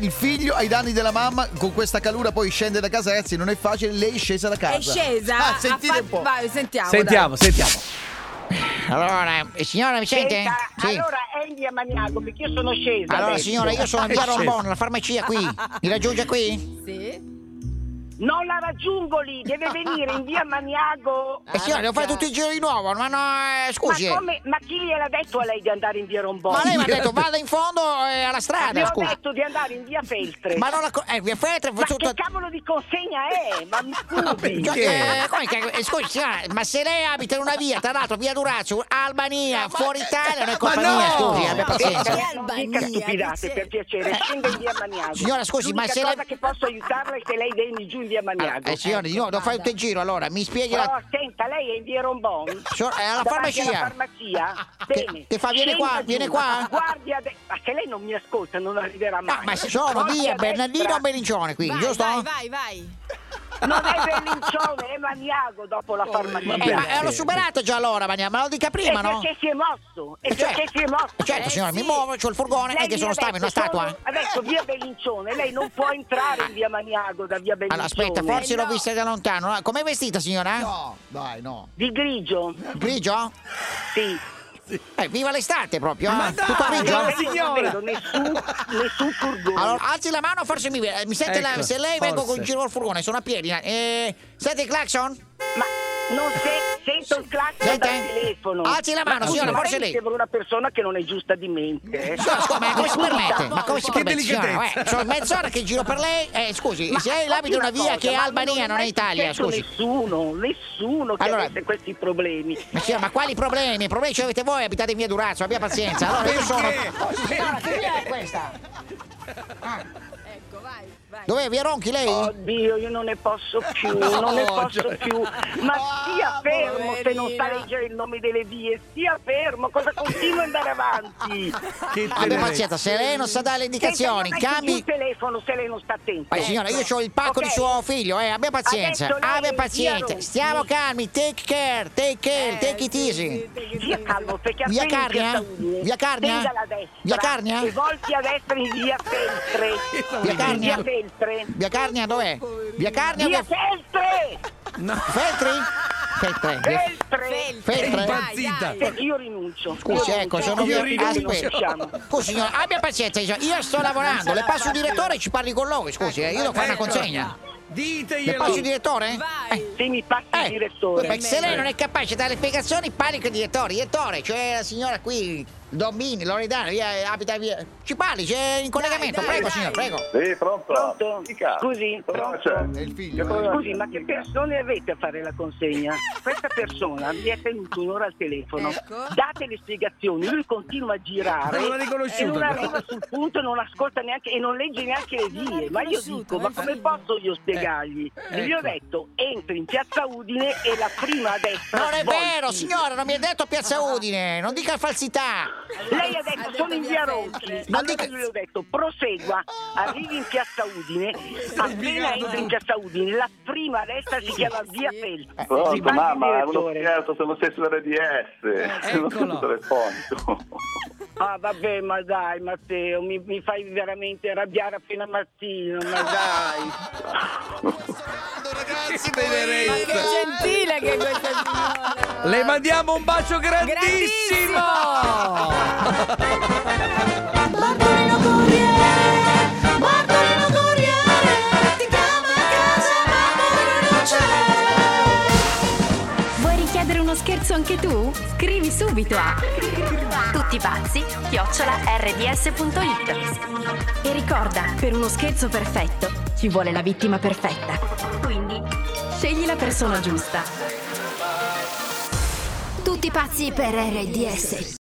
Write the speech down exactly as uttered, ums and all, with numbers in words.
il figlio ai danni della mamma, con questa calura poi scende da casa, ragazzi, non è facile, lei è scesa da casa. È scesa? Ah, sentite fa... un po'. Vai, sentiamo. Sentiamo, dai. sentiamo. Allora, signora, mi sente? Senta, Sì. allora è in via Maniago, perché io sono scesa. Allora, adesso. signora, io sono in via Rombon, la farmacia qui. Mi raggiunge qui? Sì. Non la raggiungo lì, deve venire in via Maniago. Eh signora, devo fare tutti i giri di nuovo, ma no, eh, scusi. Ma, come, ma chi gliel'ha detto a lei di andare in via Rombon? Ma lei mi ha detto vada in fondo eh, alla Le strada, ho scusi. detto di andare in via Feltre. Ma non la co- eh, via Feltre, Ma tutto... che cavolo di consegna è? Ma mi scusi. Cioè, eh, come che- eh, scusi, signora, ma se lei abita in una via, tra l'altro via Durazzo, Albania, fuori Italia, non è colpa Ma no! mia, scusi, abbia pazienza. Eh, non dica Albania, stupidate, che per piacere, scenda in via Maniago. Signora, scusi, ma L'unica se la- cosa che posso aiutarla è se lei viene giù in via Maniago. Eh, signora, di nuovo, devo fare tutto il giro, allora, mi spieghi la... Però senta, lei è in via Rombon? Signora, è alla Davanti farmacia. alla farmacia? Che- Bene. che fa? Viene qua, Scenda viene giù. qua? Guardi a de- ma se lei non mi ascolta non arriverà mai. No, ma se sono Guardi via a Bernardino destra. Bellincione qui, Vai, giusto? vai, vai, vai. Non è Bellincione, è Maniago dopo la farmacia. Eh, ma eh, l'ho superato già allora, ma me lo dica prima, E no? perché si è mosso? E Eh, certo. perché si è mosso? Certo, Eh, signora, mi sì. muovo, c'ho il furgone Lei e che mi sono ha stato in una detto, statua. sono- Adesso via Bellincione, lei non può entrare in via Maniago da via Bellincione. Allora, aspetta, forse Eh, l'ho no. vista da lontano. Com'è vestita, signora? No, dai, no. Di grigio? Grigio? Sì. Eh, viva l'estate proprio! Ma eh. dai! Tutto Io grigio? non signora! vedo nessun, nessun furgone. Allora, alzi la mano, forse mi vede. Mi sente la- Ecco, se lei vengo forse. con giro al furgone, sono a piedi. Eh, sente il clacson? Ma non se- sento il clacson Sente? dal telefono. Alzi la mano, Ma signora, ma forse lei lei. sembra una persona che non è giusta di mente. Eh? Signora, scusa, ma come si permette? Ma come si Che permette, signora? delicatezza. Eh, sono mezz'ora che giro per lei. Eh, scusi, Ma se lei abita in una una via cosa, che è ma Albania, non è mai Italia, successo scusi. Nessuno, nessuno che Allora- avesse questi problemi. Ma signora, ma quali problemi? I problemi ce li avete voi, abitate in via Durazzo, abbia pazienza. Allora io sono. Oh, signora, che via è questa? Ecco, vai, vai. Dov'è? Via Ronchi lei? Oddio, io non ne posso più, non ne posso cioè- più. Ma stia fermo se non sa poverina. leggere il nome delle vie, stia fermo, cosa continua ad andare avanti? Che Abbia tenerezza. pazienza, se lei non sa dare le indicazioni, Senta, non metti giù cambi. il telefono se lei non sta attenta. Ma signora, io ho il pacco Ok? di suo figlio, eh, abbia pazienza, Adesso lei abbia è via pazienza. Ronchi. Stiamo calmi, take care, take care, take it easy. Via calmo, perché Via appena in Carnia? Piazza Udine, Via Carnia? tenga alla destra, Via Carnia? e volti a destra in via Feltre. Via Carnia? Via Feltre. Via Carnia dov'è? Via Carnia? Via Via Feltre! Feltri? Feltre. Via- Feltre! Feltre? Impazzita. Dai, dai. Io rinuncio. Scusi, Io ecco, rinuncio. sono Io via. rinuncio, non Aspetta. usciamo. Scusi, signora, abbia pazienza, io sto lavorando, le passo il direttore e ci parli con lui, scusi, eh, io devo fare una consegna. Le Diteglielo. passo il direttore? Vai. Se mi passi il Eh, direttore. perché se lei non è capace di dare le spiegazioni, parli con il direttore. Direttore, cioè la signora qui, Domini, Loredana, via, abita via. Ci parli, c'è in collegamento, dai, prego dai. signor, prego. Sì, pronto? Pronto? Dica. Scusi, Cosa pronto? c'è? È il figlio. Che eh. cosa- Scusi, ma che persone avete a fare la consegna? Questa persona mi è tenuto un'ora al telefono. Ecco. Date le spiegazioni, lui continua a girare Non l'ha riconosciuto, e non però. arriva sul punto, non ascolta neanche e non legge neanche le Non l'ha vie. Ma io riconosciuto, dico, è ma il come figlio. posso io spiegargli? E gli ho ecco. detto, entri in piazza Udine e la prima a destra. Non è volti. vero, signora, non mi ha detto Piazza Udine, non dica falsità. Lei ha detto, Ha sono detto in via via Feltre. Ronchi. Non Allora dica- io gli ho detto, prosegua, arrivi in piazza Udine, appena entri in piazza Udine, la prima a destra si chiama via Feltre. Si Pronto, parli il mamma, è uno direttore. scherzo, sono stesso R D S. Sono Eccolo. tutto telefonico. Ah vabbè, ma dai Matteo, mi, mi fai veramente arrabbiare appena mattino, ma dai. Che Ma che tenerezza. gentile che è questa signora. Le mandiamo un bacio grandissimo. Bartolino Corriere, Bartolino Corriere, ti chiama a casa ma non c'è. Vuoi richiedere uno scherzo anche tu? Scrivi subito a tuttipazzi chiocciola erre di esse punto it. E ricorda, per uno scherzo perfetto ci vuole la vittima perfetta. Quindi scegli la persona giusta. Tutti pazzi per erre di esse.